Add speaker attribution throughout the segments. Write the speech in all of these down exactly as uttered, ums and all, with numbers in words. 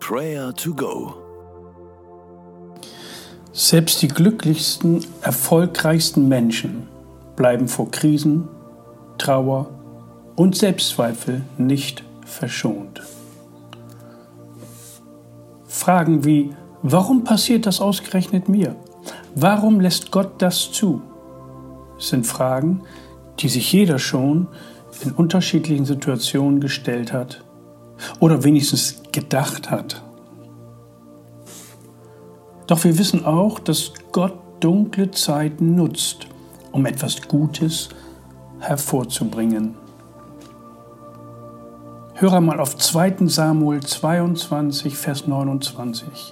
Speaker 1: Prayer to Go.
Speaker 2: Selbst die glücklichsten, erfolgreichsten Menschen bleiben vor Krisen, Trauer und Selbstzweifel nicht verschont. Fragen wie: Warum passiert das ausgerechnet mir? Warum lässt Gott das zu? Sind Fragen, die sich jeder schon in unterschiedlichen Situationen gestellt hat oder wenigstens gedacht hat. Doch wir wissen auch, dass Gott dunkle Zeiten nutzt, um etwas Gutes hervorzubringen. Höre mal auf zweiter Samuel zweiundzwanzig, Vers neunundzwanzig.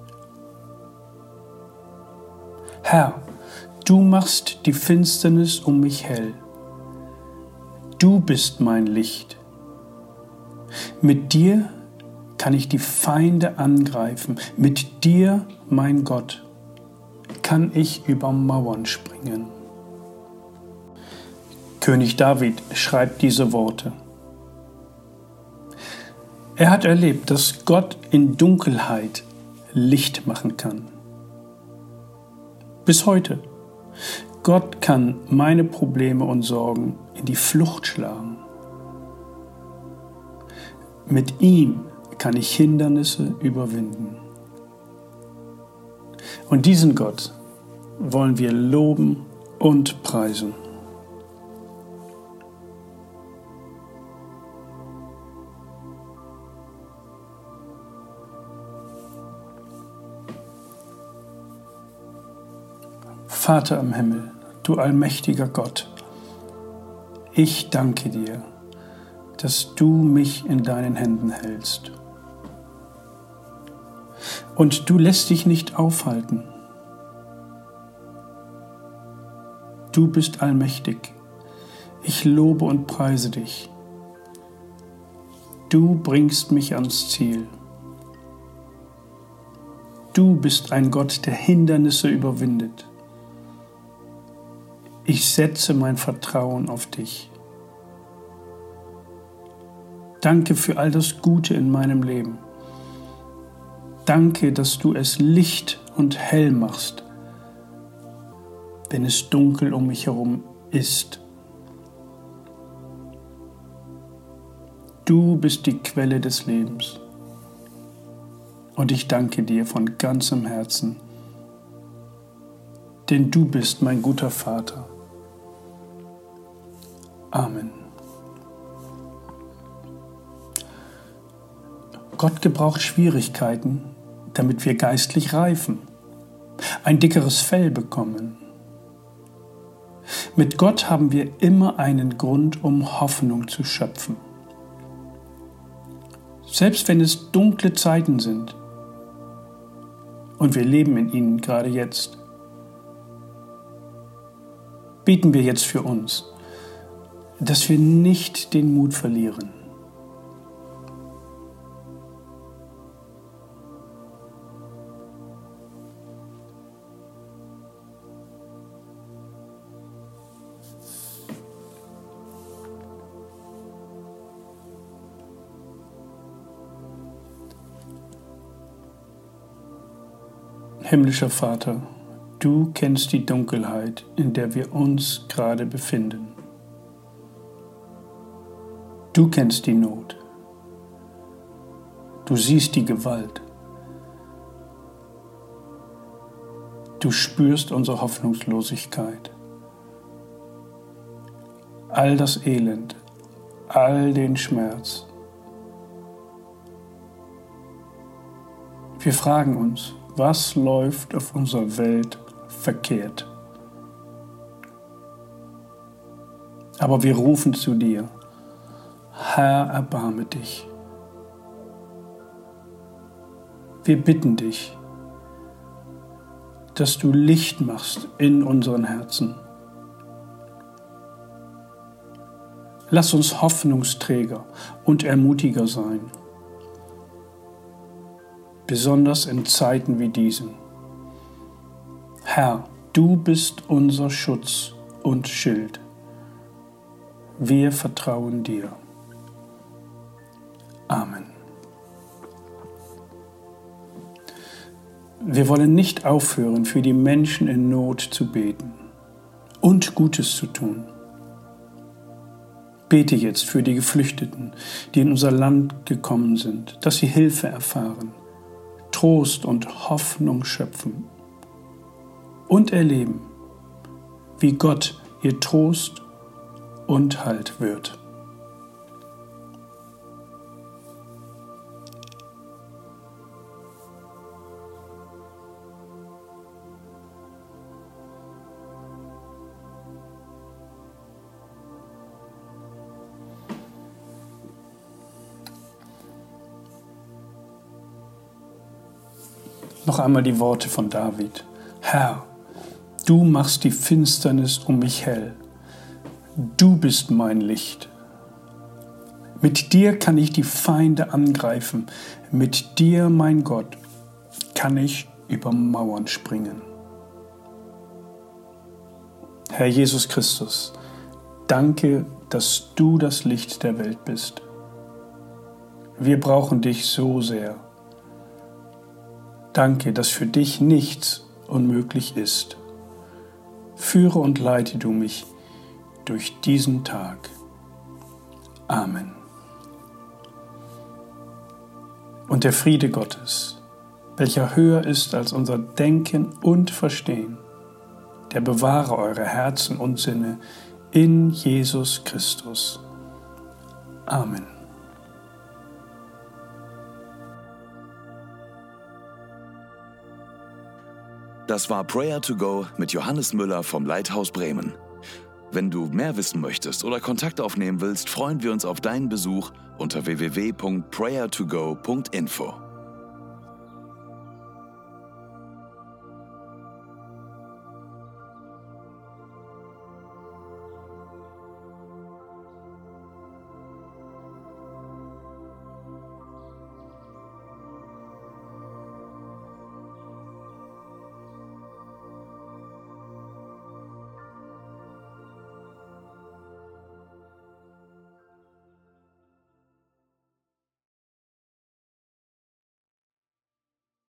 Speaker 2: Herr, du machst die Finsternis um mich hell. Du bist mein Licht. Mit dir kann ich die Feinde angreifen. Mit dir, mein Gott, kann ich über Mauern springen. König David schreibt diese Worte. Er hat erlebt, dass Gott in Dunkelheit Licht machen kann. Bis heute. Gott kann meine Probleme und Sorgen in die Flucht schlagen. Mit ihm kann ich Hindernisse überwinden. Und diesen Gott wollen wir loben und preisen. Vater im Himmel, du allmächtiger Gott, ich danke dir, dass du mich in deinen Händen hältst. Und du lässt dich nicht aufhalten. Du bist allmächtig. Ich lobe und preise dich. Du bringst mich ans Ziel. Du bist ein Gott, der Hindernisse überwindet. Ich setze mein Vertrauen auf dich. Danke für all das Gute in meinem Leben. Danke, dass du es licht und hell machst, wenn es dunkel um mich herum ist. Du bist die Quelle des Lebens. Und ich danke dir von ganzem Herzen, denn du bist mein guter Vater. Amen. Gott gebraucht Schwierigkeiten, damit wir geistlich reifen, ein dickeres Fell bekommen. Mit Gott haben wir immer einen Grund, um Hoffnung zu schöpfen. Selbst wenn es dunkle Zeiten sind und wir leben in ihnen gerade jetzt, beten wir jetzt für uns, dass wir nicht den Mut verlieren. Himmlischer Vater, du kennst die Dunkelheit, in der wir uns gerade befinden. Du kennst die Not. Du siehst die Gewalt. Du spürst unsere Hoffnungslosigkeit. All das Elend, all den Schmerz. Wir fragen uns, was läuft auf unserer Welt verkehrt? Aber wir rufen zu dir, Herr, erbarme dich. Wir bitten dich, dass du Licht machst in unseren Herzen. Lass uns Hoffnungsträger und Ermutiger sein, besonders in Zeiten wie diesen. Herr, du bist unser Schutz und Schild. Wir vertrauen dir. Amen. Wir wollen nicht aufhören, für die Menschen in Not zu beten und Gutes zu tun. Bete jetzt für die Geflüchteten, die in unser Land gekommen sind, dass sie Hilfe erfahren, Trost und Hoffnung schöpfen und erleben, wie Gott ihr Trost und Halt wird. Noch einmal die Worte von David. Herr, du machst die Finsternis um mich hell. Du bist mein Licht. Mit dir kann ich die Feinde angreifen. Mit dir, mein Gott, kann ich über Mauern springen. Herr Jesus Christus, danke, dass du das Licht der Welt bist. Wir brauchen dich so sehr. Danke, dass für dich nichts unmöglich ist. Führe und leite du mich durch diesen Tag. Amen. Und der Friede Gottes, welcher höher ist als unser Denken und Verstehen, der bewahre eure Herzen und Sinne in Jesus Christus. Amen.
Speaker 1: Das war Prayer to Go mit Johannes Müller vom Lighthouse Bremen. Wenn du mehr wissen möchtest oder Kontakt aufnehmen willst, freuen wir uns auf deinen Besuch unter w w w punkt prayer to go punkt info.